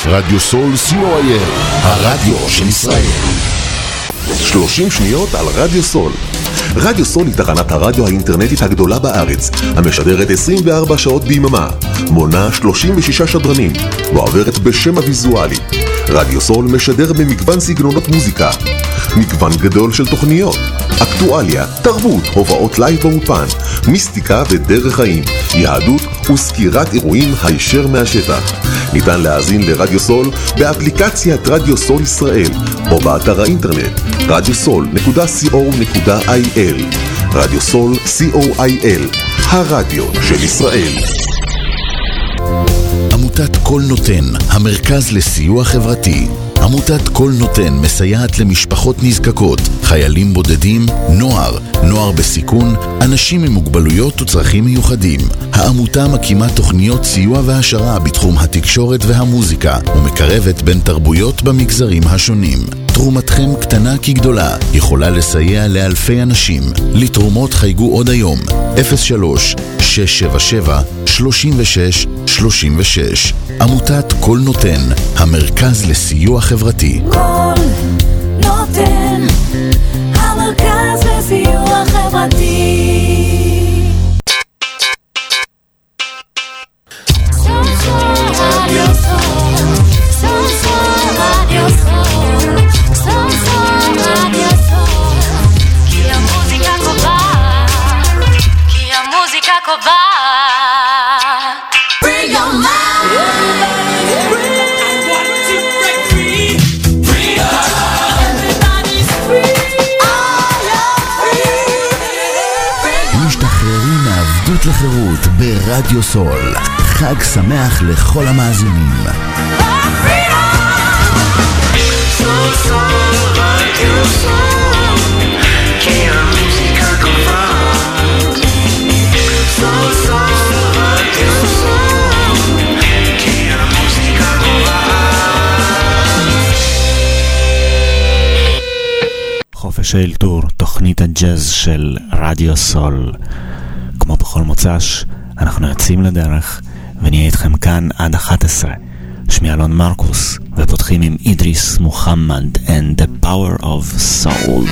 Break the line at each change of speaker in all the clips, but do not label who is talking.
רדיו סול co.il, הרדיו של ישראל. 30 שניות על רדיו סול. רדיו סול היא תחנת הרדיו האינטרנטית הגדולה בארץ, המשדרת 24 שעות ביממה, מונה 36 שדרנים, ועוברת בשם הוויזואלי. רדיו סול משדר במגוון סגנונות מוזיקה, מגוון גדול של תוכניות, אקטואליה, תרבות, הופעות לייב באופן, מיסטיקה ודרך חיים, יהדות וסקירת אירועים הישר מהשטח. ניתן להאזין לרדיו סול באפליקציית רדיו סול ישראל או באתר האינטרנט radiosol.co.il. רדיו סול co.il, הרדיו של ישראל.
עמותת כל נותן, המרכז לסיוע חברתי. עמותת כל נותן מסייעת למשפחות נזקקות, חיילים בודדים, נוער בסיכון, אנשים עם מוגבלויות וצרכים מיוחדים. העמותה מקימה תוכניות סיוע והשרה בתחום התקשורת והמוזיקה, ומקרבת בין תרבויות במגזרים השונים. תרומתכם קטנה כגדולה, יכולה לסייע לאלפי אנשים. לתרומות חייגו עוד היום, 03-677-3636. עמותת כל נותן, המרכז לסיוע חברתי.
כל נותן, המרכז לסיוע חברתי.
לחירות ברדיו סול. חג שמח לכל המאזינים.
סול סול רדיו סול, כי המוזיקה קובעת. סול סול רדיו סול, כי המוזיקה קובעת.
חופש האלתור, תוכנית הג'אז של רדיו סול. כמו בכל מוצ"ש, אנחנו יוצאים לדרך ונהיה איתכם כאן עד 11. שמי אלון מרקוס, ופותחים עם אידריס מוחמד and the power of soul.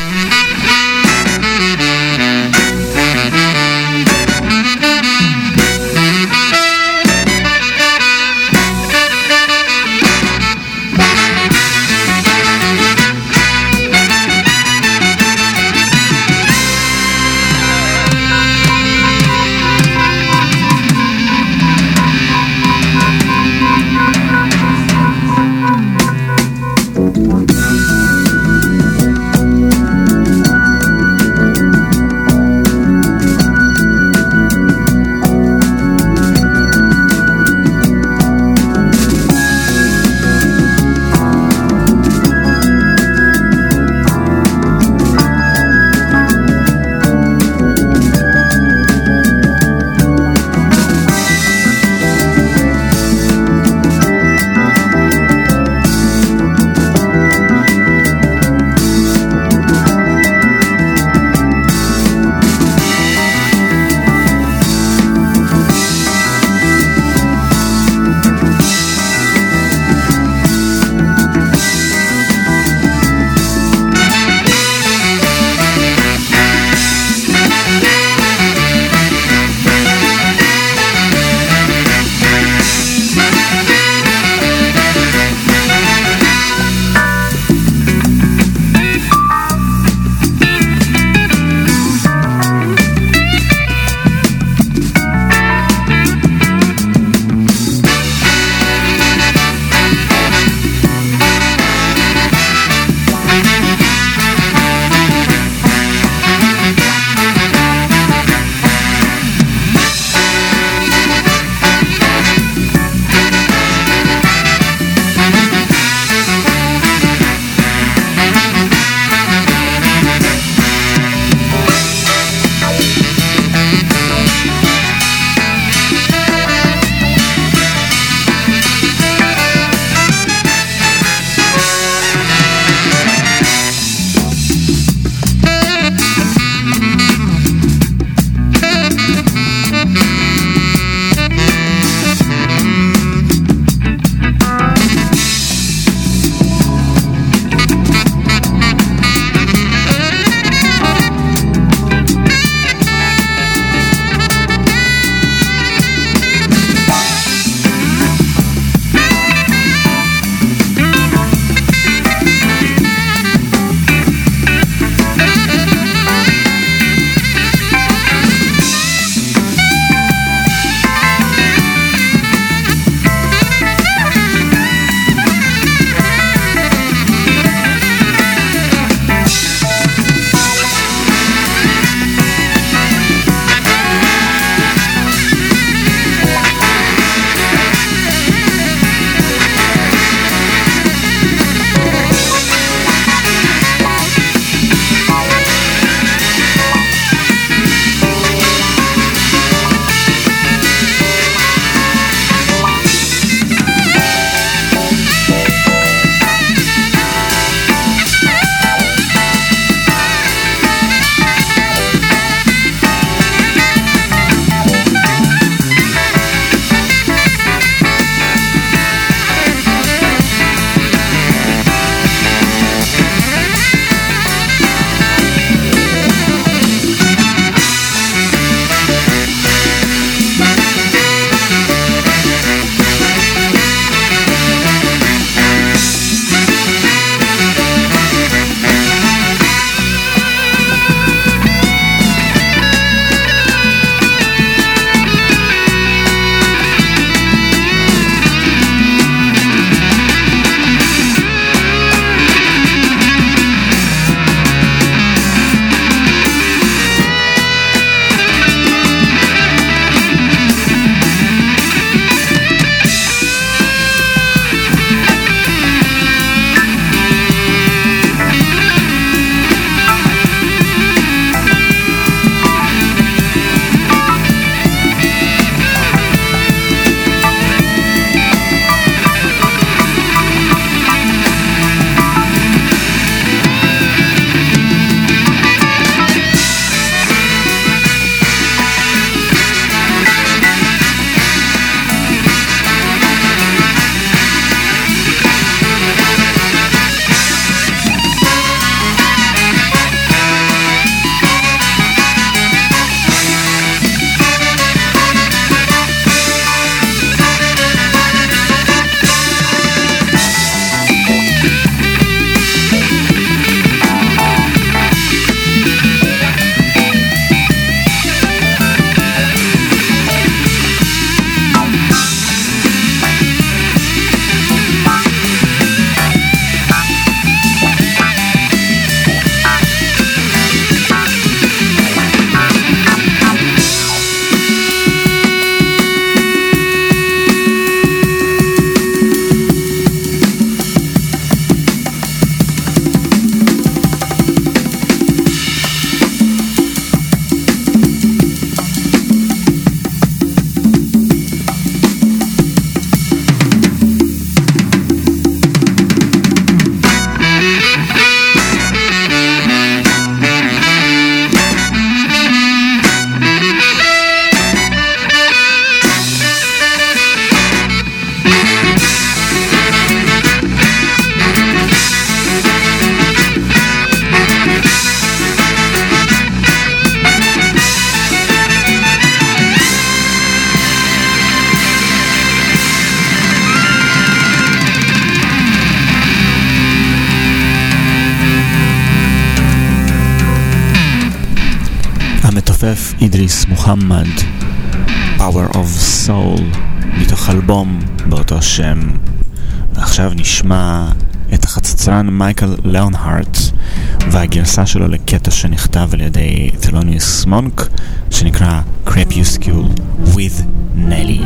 מצטרף אידריס מוחמד, Power of Soul, מתוך אלבום באותו שם. ועכשיו נשמע את החצוצרן מייקל ליאונהארט והגרסה שלו לקטע שנכתב על ידי תלוניוס מונק שנקרא Crepuscule with Nelly.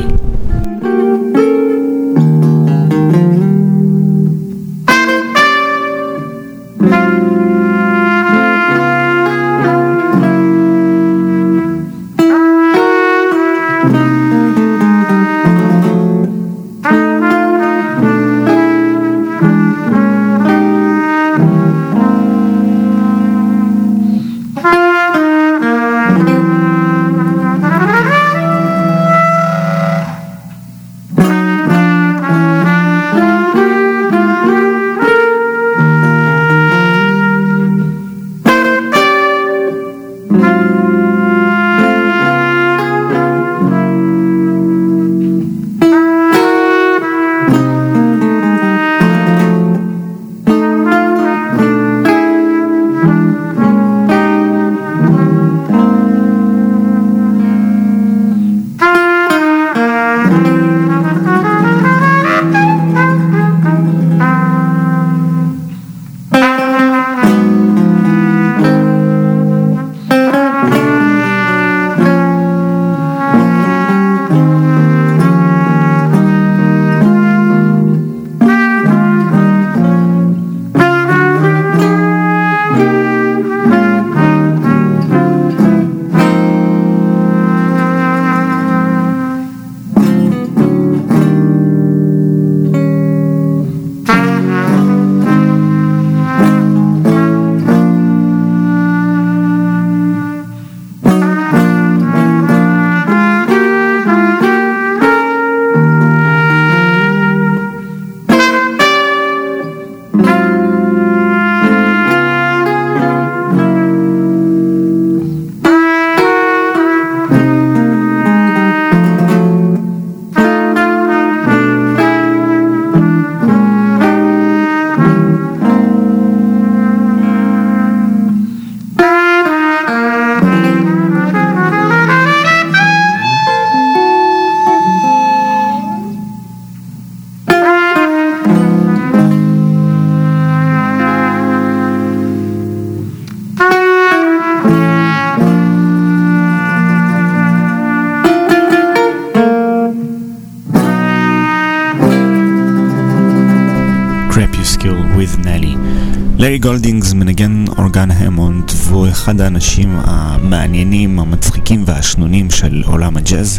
לארי גולדינגס מנגן אורגן המונד, והוא אחד האנשים המעניינים, המצחיקים והשנונים של עולם הג'אז,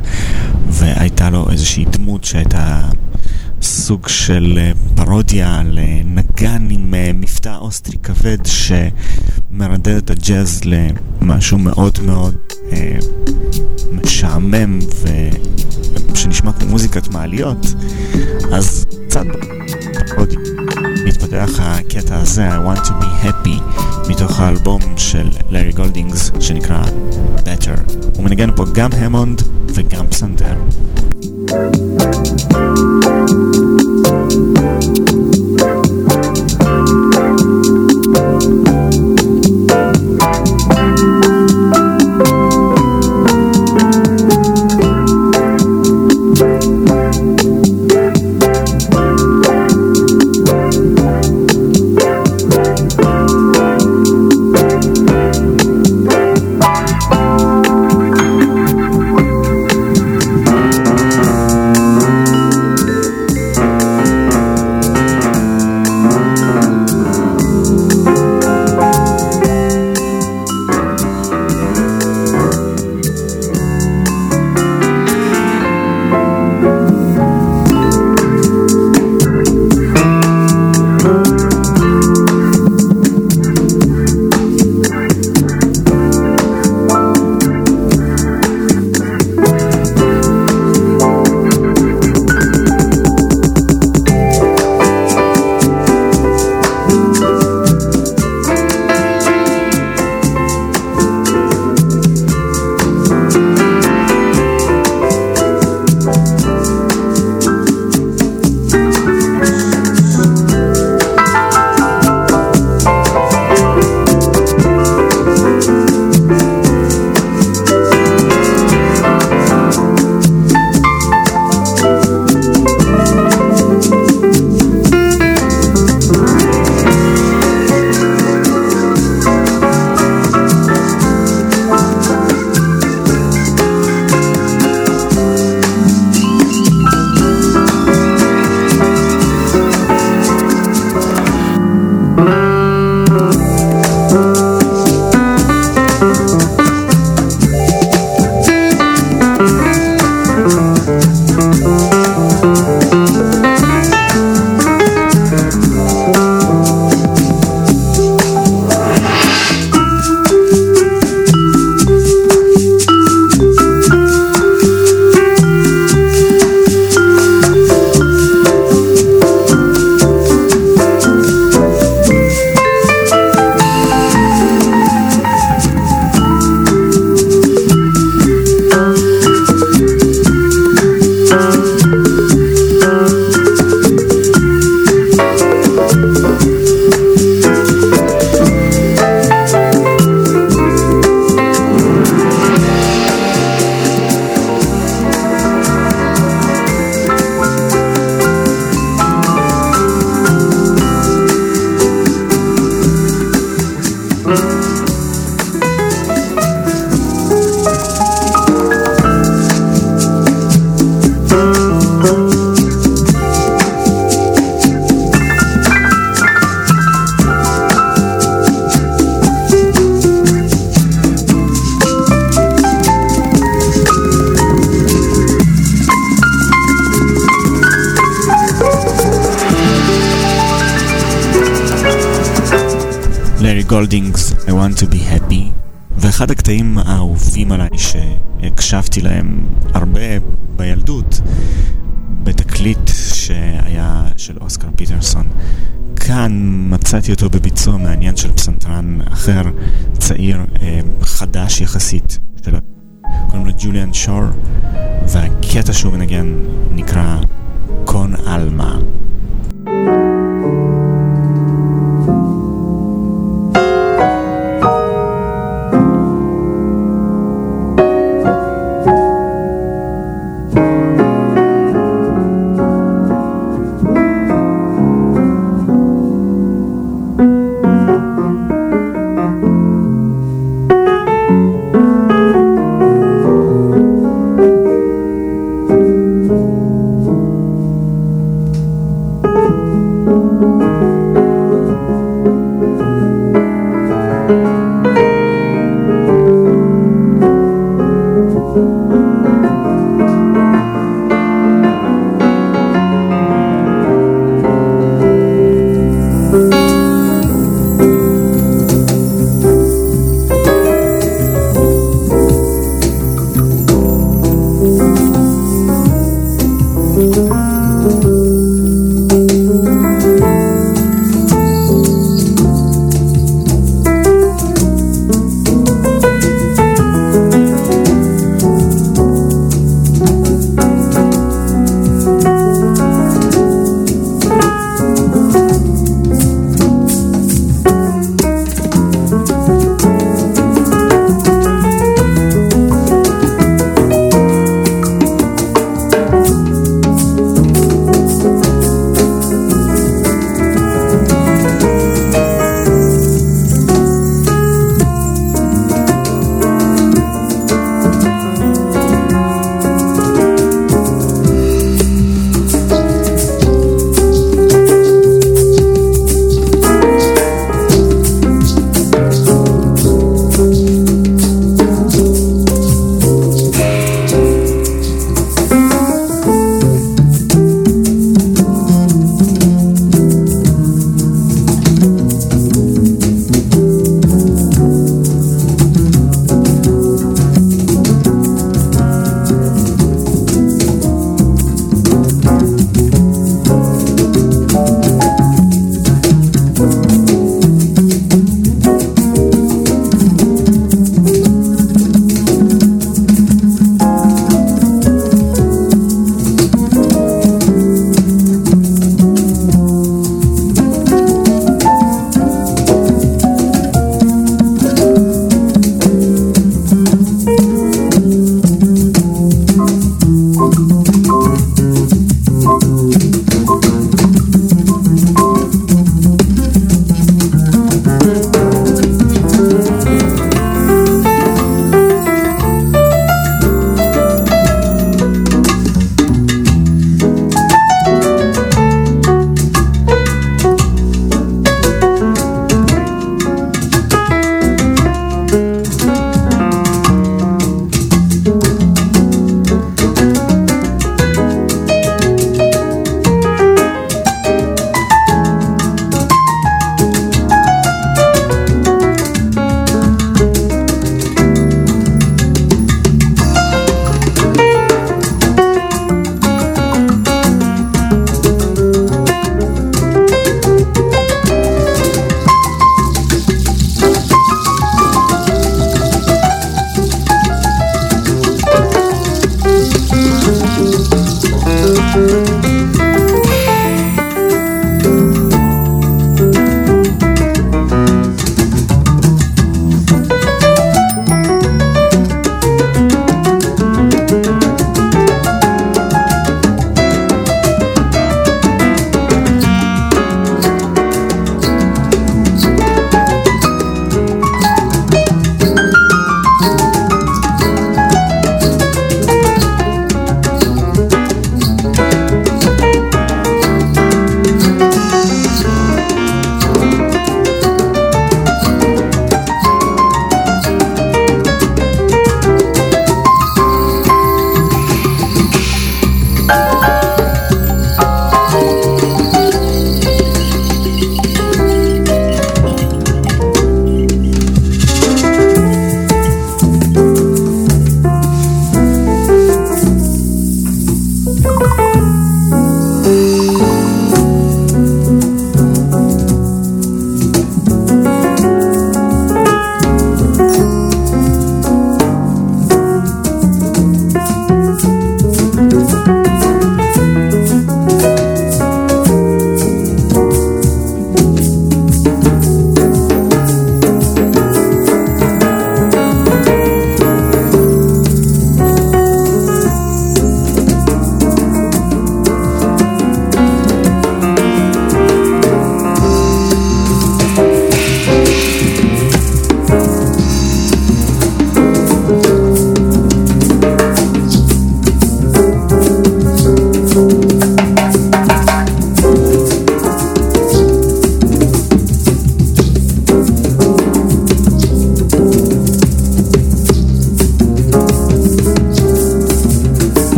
והייתה לו איזושהי דמות שהייתה סוג של פרודיה על נגן עם מבטא אוסטרי כבד שמרדד את הג'אז למשהו מאוד מאוד משעמם ושנשמע כמו מוזיקת מעליות. אז קצת פרודיה מתפתח הקטע הזה, I want to be happy, מתוך האלבום של לארי גולדינגס שנקרא Better. הוא מנגן פה גם המונד וגם פסנתר. גולדינגס, I want to be happy. ואחד הקטעים האהובים עליי שהקשבתי להם הרבה בילדות, בתקליט שהיה של אוסקר פיטרסון. כאן מצאתי אותו בביצוע מעניין של פסנתרן אחר, צעיר, חדש יחסית, קוראים לו ג'וליאן שור, והקטע שהוא מנגן נקרא קון אלמה.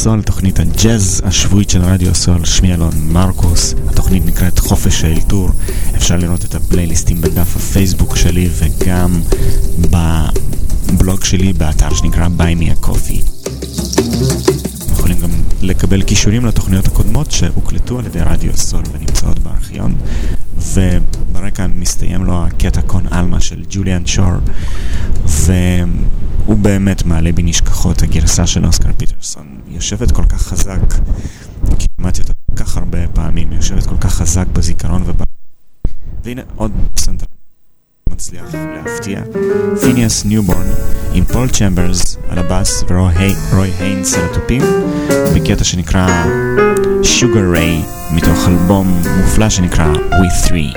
סול, תוכנית הג'אז השבועית של רדיו סול. שמי אלון מרקוס, התוכנית נקראת חופש האלתור. אפשר לראות את הפלייליסטים בדף הפייסבוק שלי וגם בבלוג שלי באתר שנקרא Buy Me a Coffee. יכולים גם לקבל קישורים לתוכניות הקודמות שהוקלטו על ידי רדיו סול ונמצאות בארכיון, וברקע מסתיים לו הקטע קון אלמה של ג'וליאן שור, והוא באמת מעלה בנשכחות. הגרסה של אוסקר פיטרסון יושבת כל כך חזק, כי שמעתי אותה כל כך הרבה פעמים, יושבת כל כך חזק בזיכרון והנה עוד פסנתר מצליח להפתיע. פיניאס ניובורן עם פול צ'מברס על הבאס ורוי היינס על התופים, בקטע שנקרא Sugar Ray מתוך אלבום מופלא שנקרא We Three.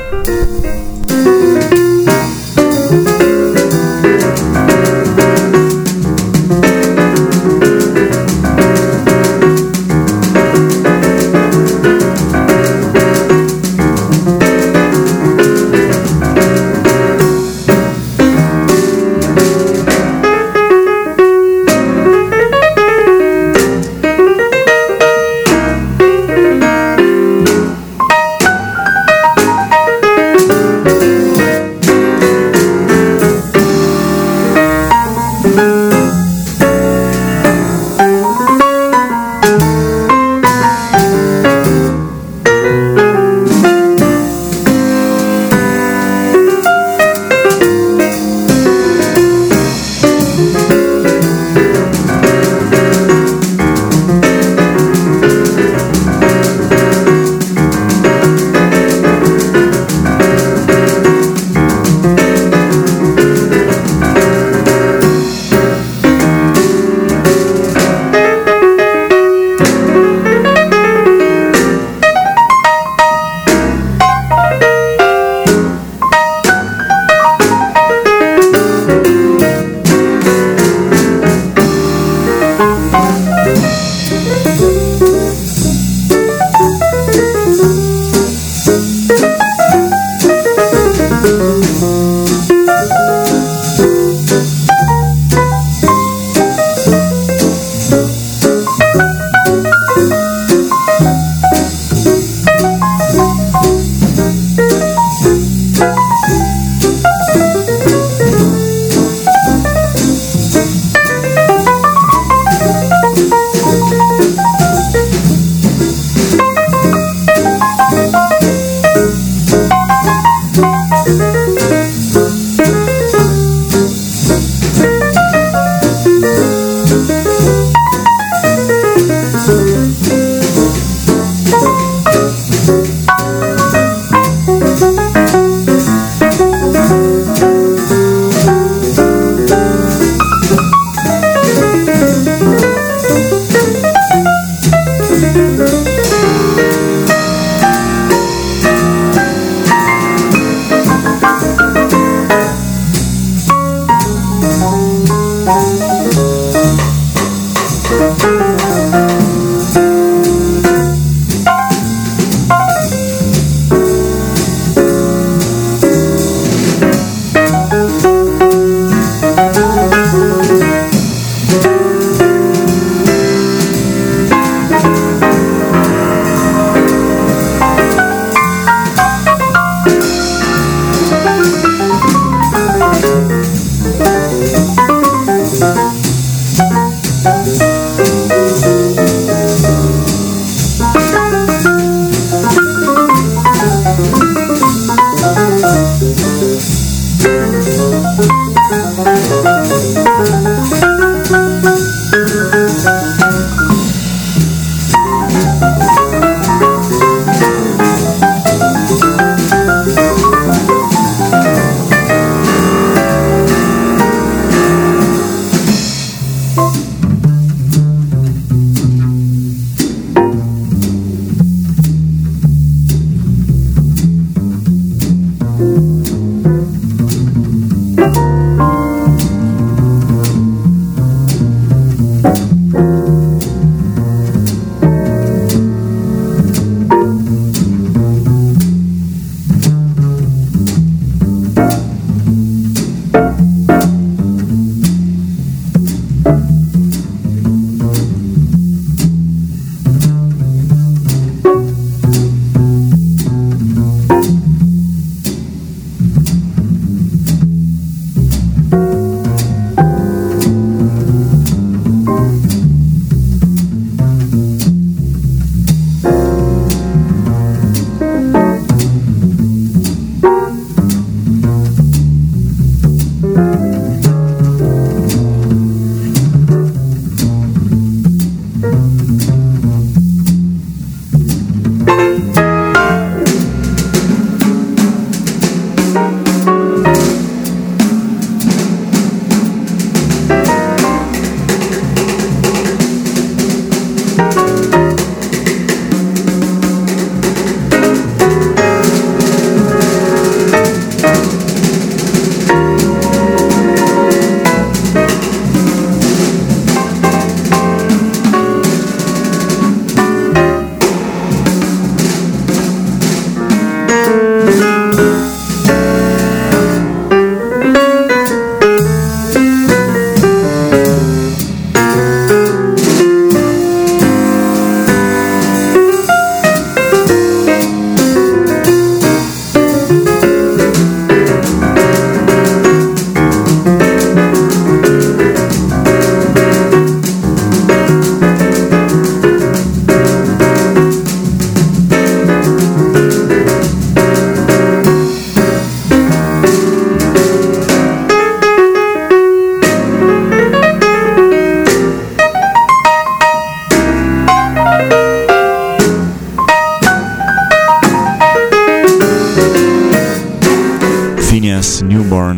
אוסבורן,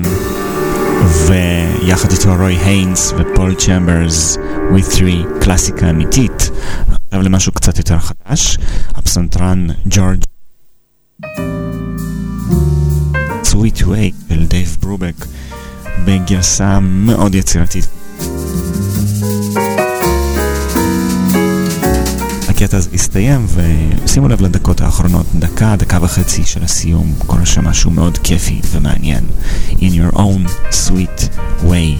ויחד איתו רוי היינס ופול צ'מברס, with 3, קלאסיקה אמיתית. עכשיו למשהו קצת יותר חדש, הפסנתרן ג'ורג' Sweet Way של דייב ברובק, בגרסה מאוד יצירתית. הקטע הזה הסתיים, ושימו לב לדקות האחרונות, דקה וחצי של הסיום, קורה שם משהו מאוד כיפי ומעניין. In your own sweet way.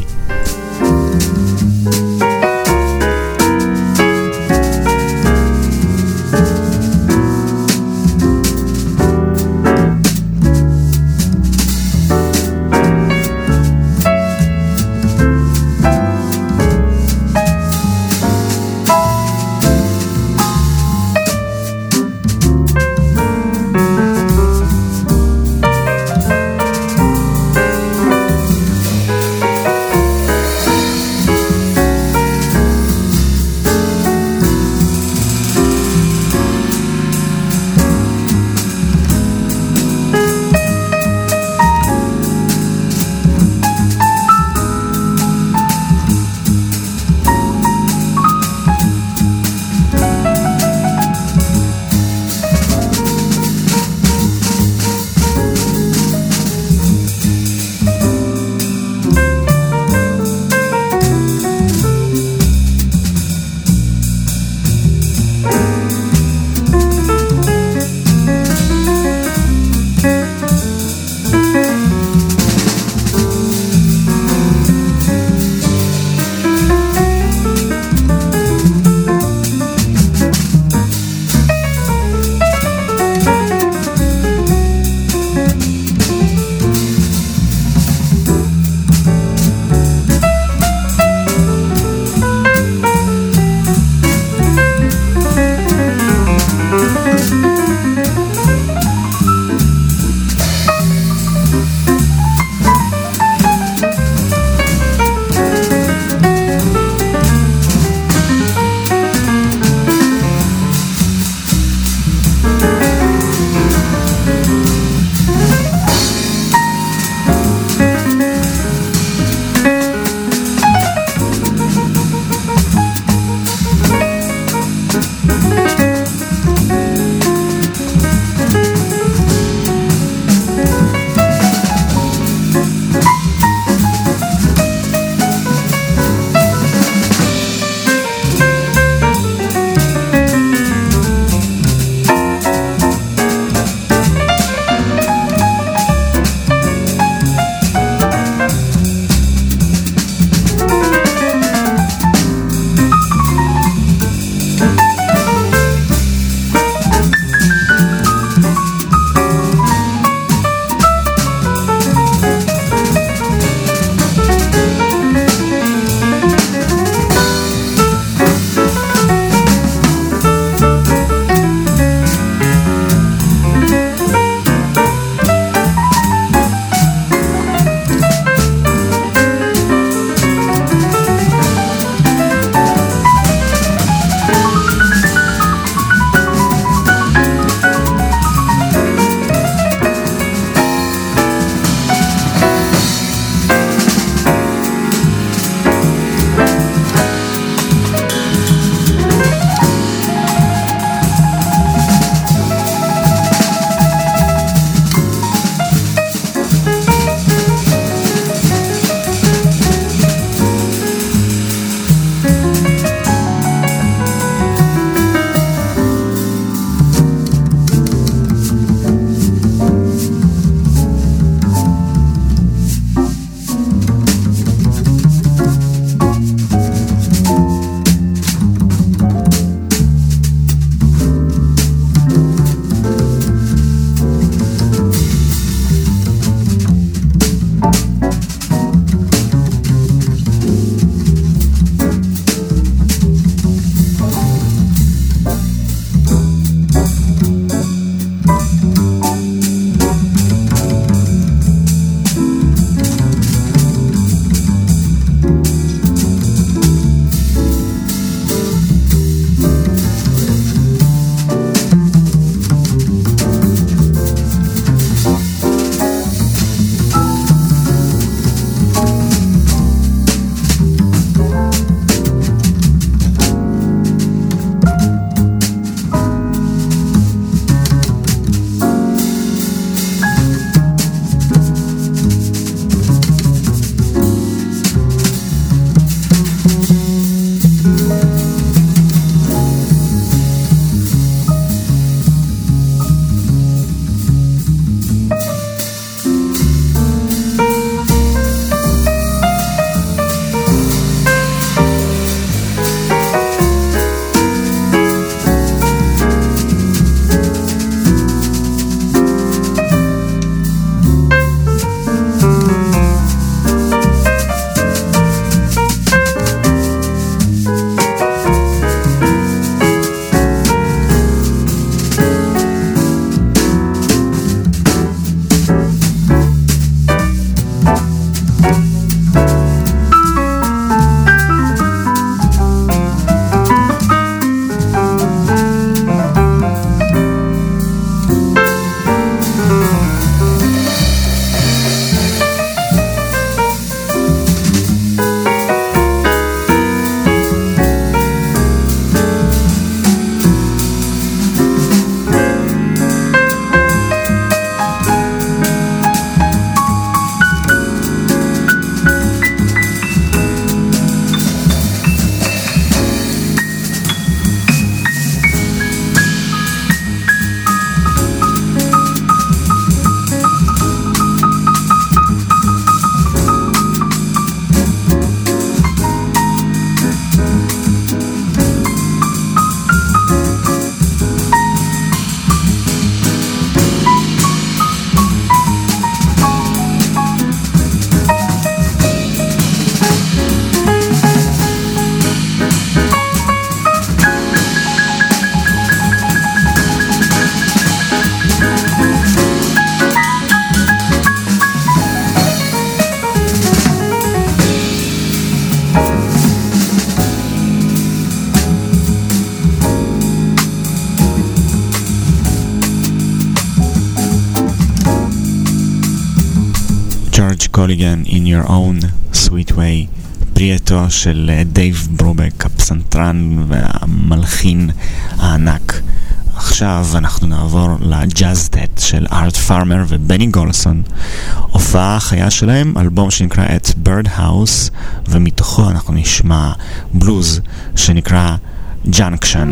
קוליגן, In Your Own Sweet Way, פרי עטו של דייב ברובק, הפסנתרן והמלחין הענק. עכשיו אנחנו נעבור לג'אז-טט של ארט פארמר ובני גולסון, הופעה חיה שלהם, אלבום שנקרא את Birdhouse, ומתוכו אנחנו נשמע בלוז שנקרא Junction.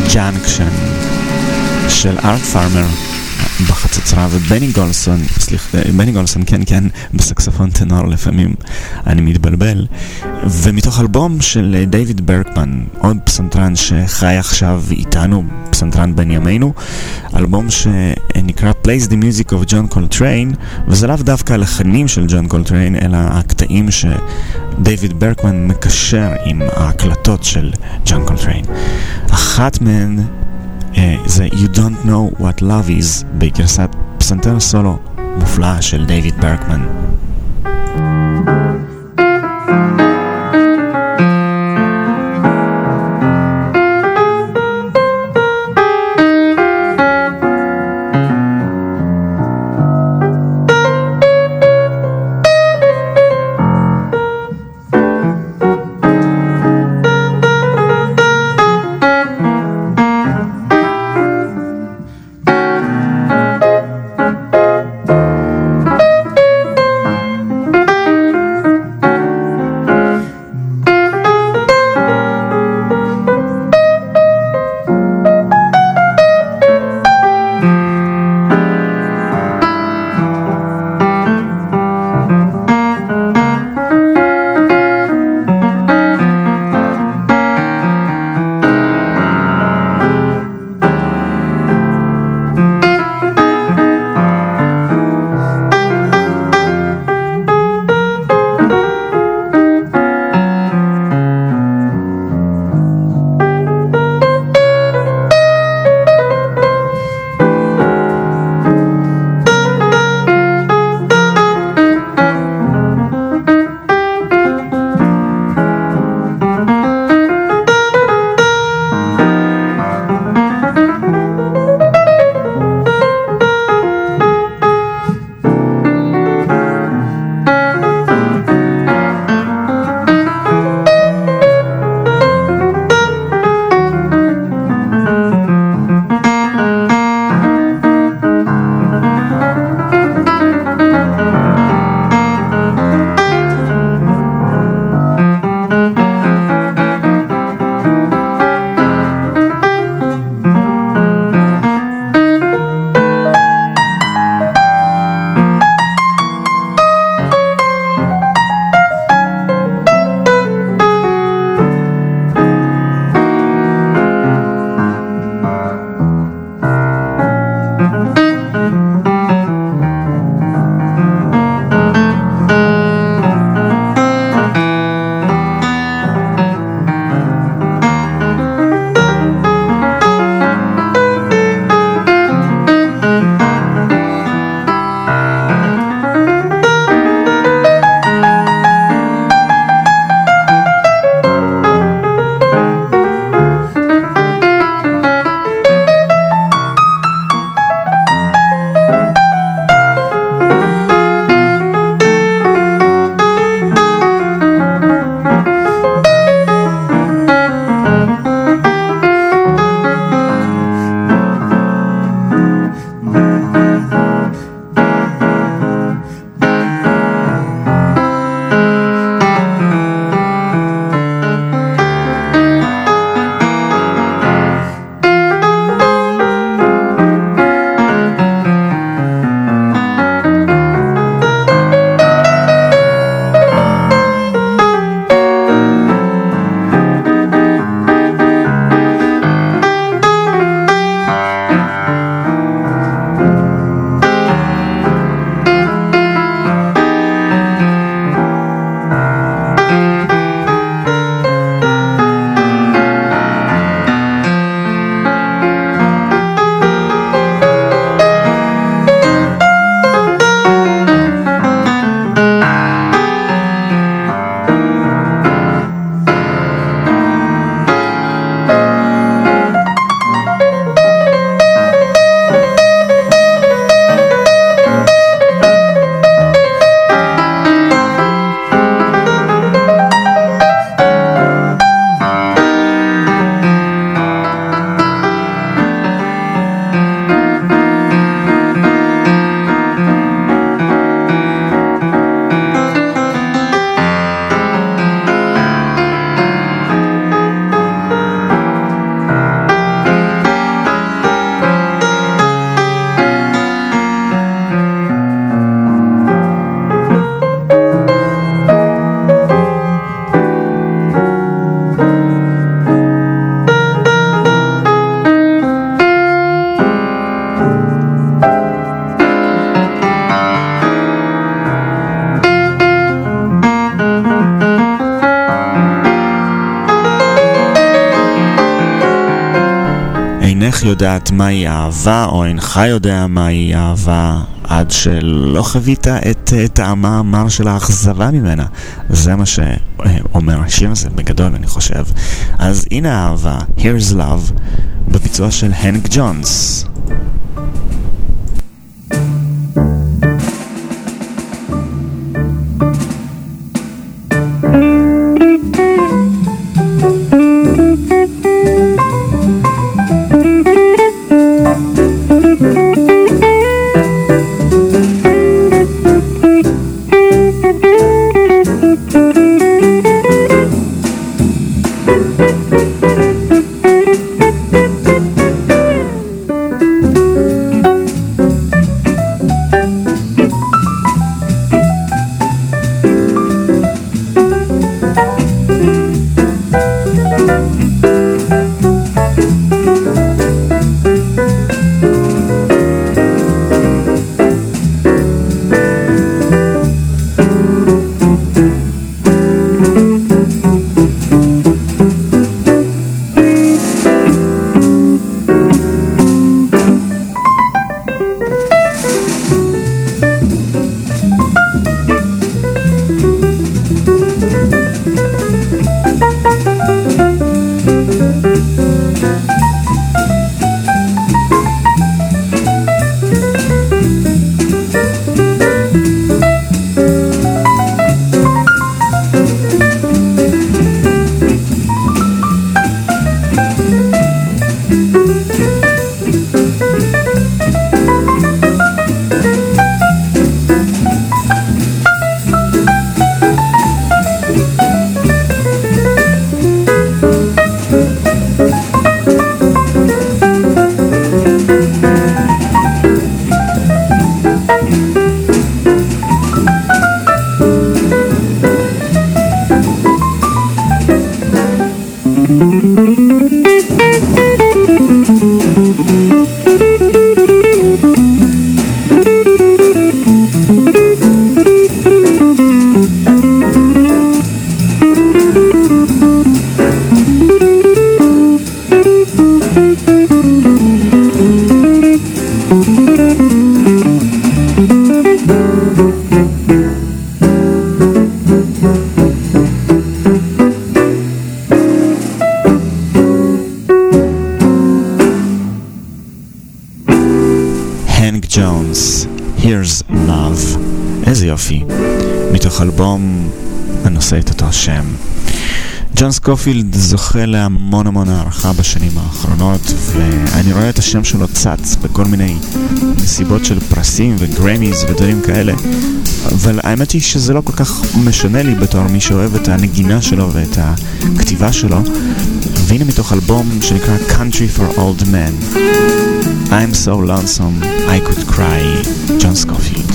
Junction של ארט פארמר בחצוצרה, ובני גולסון, בני גולסון, כן, בסקסופון טנור, לפעמים אני מתבלבל, ומתוך אלבום של דיוויד ברקמן, עוד פסנתרן שחי עכשיו איתנו, פסנתרן בין ימינו, אלבום שנקרא Plays the Music of John Coltrane, וזה לאו דווקא הלחנים של ג'ון קולטריין, אלא הקטעים שדיוויד ברקמן מקשר עם ההקלטות של ג'ון קולטריין. אחת מהן זה You Don't Know What Love Is, בגרסת פסנתר סולו מופלאה של דיוויד ברקמן. אינך יודעת מהי אהבה, או אינך יודע מהי אהבה, עד שלא חווית את טעמה המר של האכזבה ממנה. זה מה שאומר השיר הזה בגדול, אני חושב. אז הנה האהבה, Here's Love, בביצוע של הנק ג'ונס. מתוך אלבום הנושא את אותו השם. ג'ון סקופילד זוכה להמון הערכה בשנים האחרונות, ואני רואה את השם שלו צץ בכל מיני מסיבות של פרסים וגרמיז ודברים כאלה, אבל האמת היא שזה לא כל כך משנה לי בתור מי שאוהב את הנגינה שלו ואת הכתיבה שלו. והנה מתוך אלבום שנקרא Country for Old Men, I'm so lonesome I could cry, ג'ון סקופילד.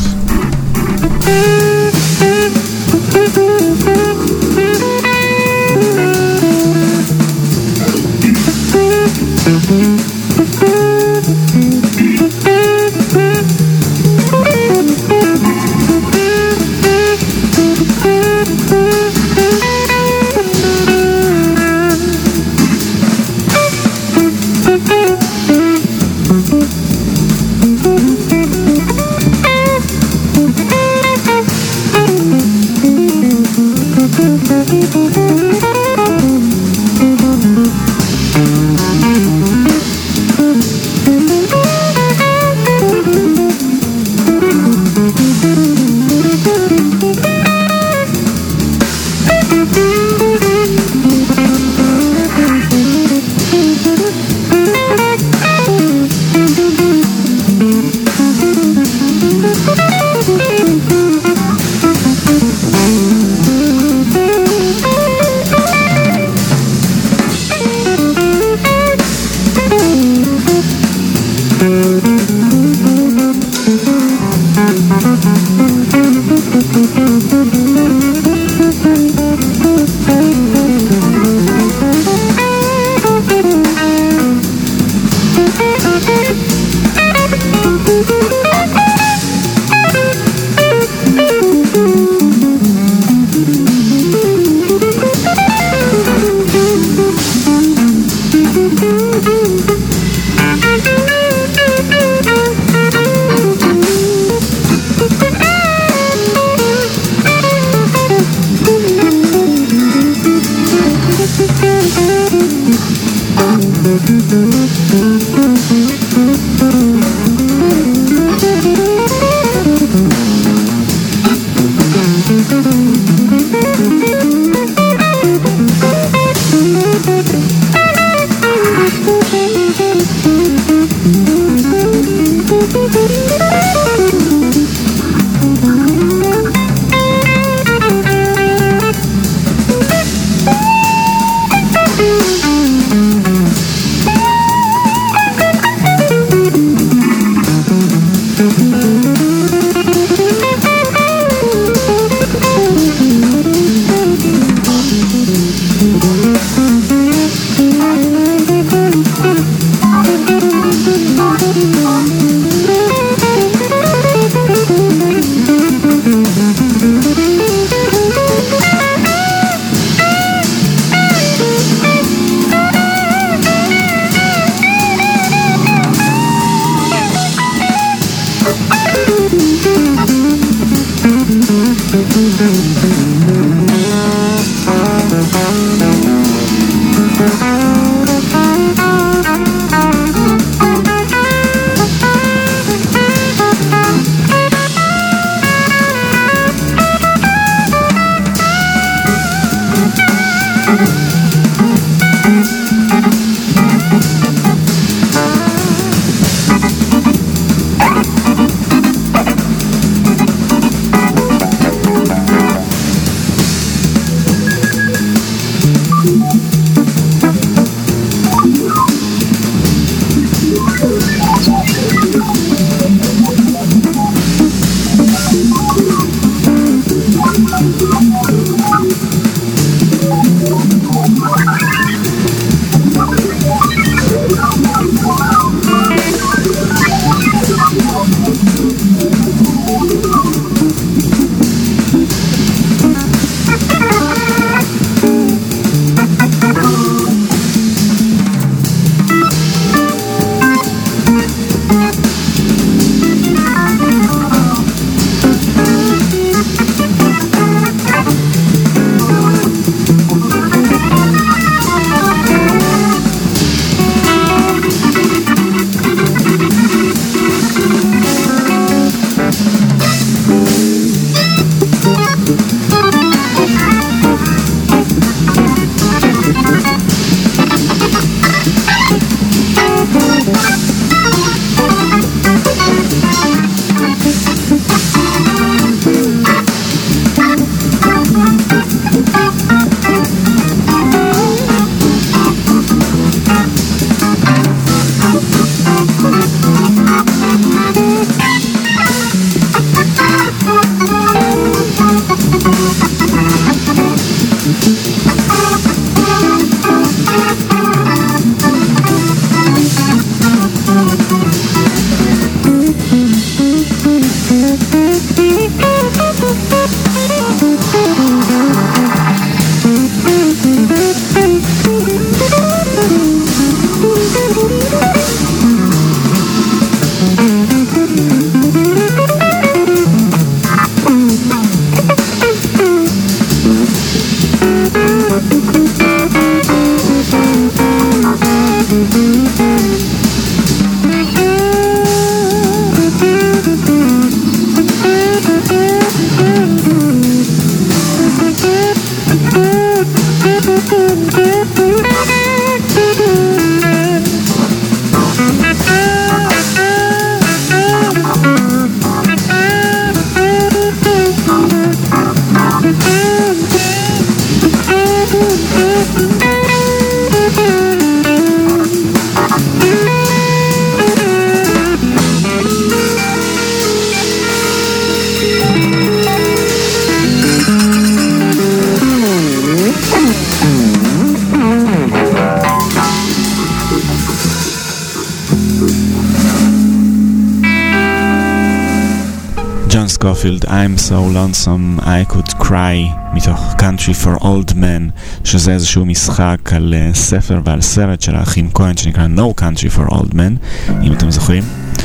סקופילד, I'm so lonesome I could cry, מתוך Country for Old Men, שזה איזשהו משחק על ספר ועל סרט של האחים כהן שנקרא No Country for Old Men, אם אתם זוכרים.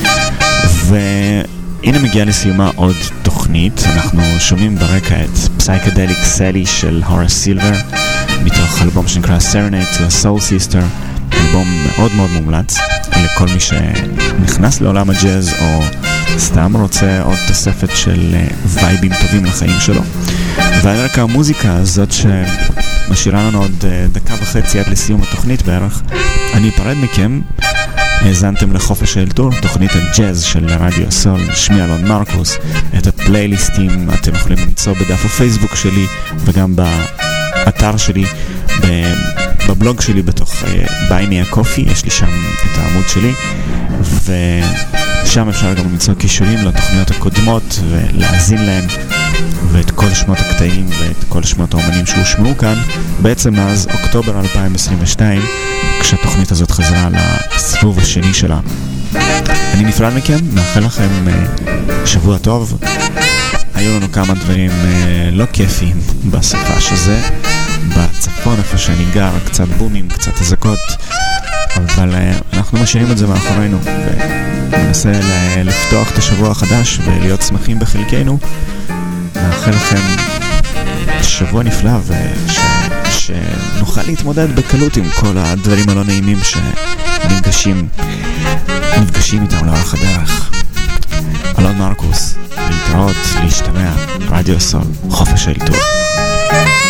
והנה מגיעה לסיומה עוד תוכנית. אנחנו שומעים ברקע את Psychedelic Sally של הורס סילבר, מתוך אלבום שנקרא Serenade to a Soul Sister, אלבום מאוד מאוד מומלץ לכל מי שנכנס לעולם הג'אז או סתם רוצה עוד תוספת של וייבים טובים לחיים שלו. ועל רקע המוזיקה הזאת שמשאירה לנו עוד דקה וחצי עד לסיום התוכנית בערך, אני אפרד מכם האזנתם לחופש האלתור, תוכנית הג'אז של רדיו הסול. שמי אלון מרקוס. את הפלייליסטים אתם יכולים למצוא בדף הפייסבוק שלי וגם באתר שלי, בבלוג שלי בתוך Buy Me a Coffee, יש לי שם את העמוד שלי, ושם אפשר גם למצוא קישורים לתוכניות הקודמות ולהזין להם, ואת כל שמות הקטעים ואת כל שמות האומנים שהושמעו כאן בעצם מאז אוקטובר 2022, כשהתוכנית הזאת חזרה לסיבוב השני שלה. אני נפרד מכם, מאחל לכם שבוע טוב. היו לנו כמה דברים לא כיפיים בסופה שזה בצפון איפה שאני גר, קצת בומים, קצת הזקות, אבל אנחנו משאירים את זה מאחורינו וננסה לפתוח את השבוע החדש ולהיות שמחים בחלקנו. מאחל לכם שבוע נפלא ושנוכל להתמודד בקלות עם כל הדברים הלא נעימים שנפגשים איתם לאורך הדרך. אלון מרקוס, להתראות, להשתמע, רדיו סול, חופש האלתור.